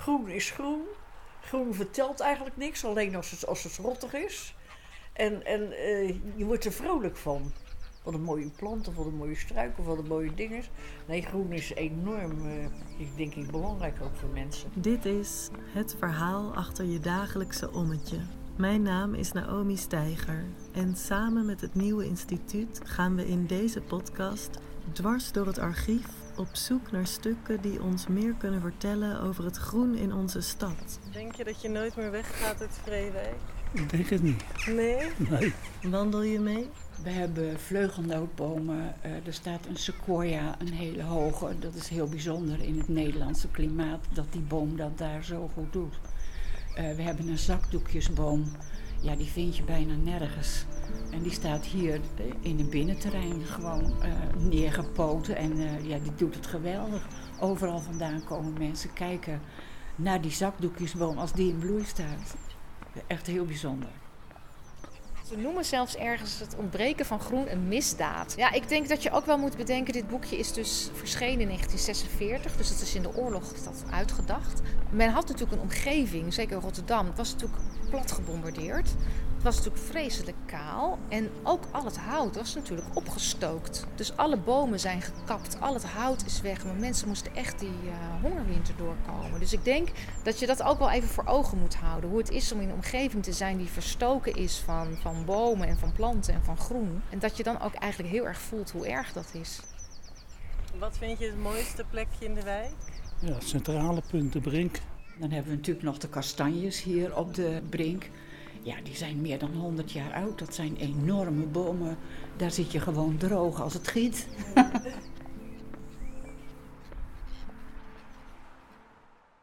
groen is groen. Groen vertelt eigenlijk niks, alleen als het rottig is. En je wordt er vrolijk van. Wat een mooie plant, of wat een mooie struik, of wat een mooie ding is. Nee, groen is enorm, denk ik, belangrijk ook voor mensen. Dit is het verhaal achter je dagelijkse ommetje. Mijn naam is Naomi Steiger en samen met het Nieuwe Instituut gaan we in deze podcast dwars door het archief op zoek naar stukken die ons meer kunnen vertellen over het groen in onze stad. Denk je dat je nooit meer weggaat uit Vreewijk? Ik denk het niet. Nee? Nee. Wandel je mee? We hebben vleugelnootbomen, er staat een sequoia, een hele hoge. Dat is heel bijzonder in het Nederlandse klimaat, dat die boom dat daar zo goed doet. We hebben een zakdoekjesboom, ja, die vind je bijna nergens. En die staat hier in een binnenterrein gewoon neergepoten en ja, die doet het geweldig. Overal vandaan komen mensen kijken naar die zakdoekjesboom als die in bloei staat. Echt heel bijzonder. Ze noemen zelfs ergens het ontbreken van groen een misdaad. Ja, ik denk dat je ook wel moet bedenken, dit boekje is dus verschenen in 1946. Dus dat is in de oorlog is dat uitgedacht. Men had natuurlijk een omgeving, zeker in Rotterdam. Het was natuurlijk plat gebombardeerd. Het was natuurlijk vreselijk kaal. En ook al het hout was natuurlijk opgestookt. Dus alle bomen zijn gekapt, al het hout is weg. Maar mensen moesten echt die hongerwinter doorkomen. Dus ik denk dat je dat ook wel even voor ogen moet houden. Hoe het is om in een omgeving te zijn die verstoken is van bomen en van planten en van groen. En dat je dan ook eigenlijk heel erg voelt hoe erg dat is. Wat vind je het mooiste plekje in de wijk? Ja, het centrale punt, de Brink. Dan hebben we natuurlijk nog de kastanjes hier op de Brink. Ja, die zijn meer dan 100 jaar oud. Dat zijn enorme bomen. Daar zit je gewoon droog als het giet.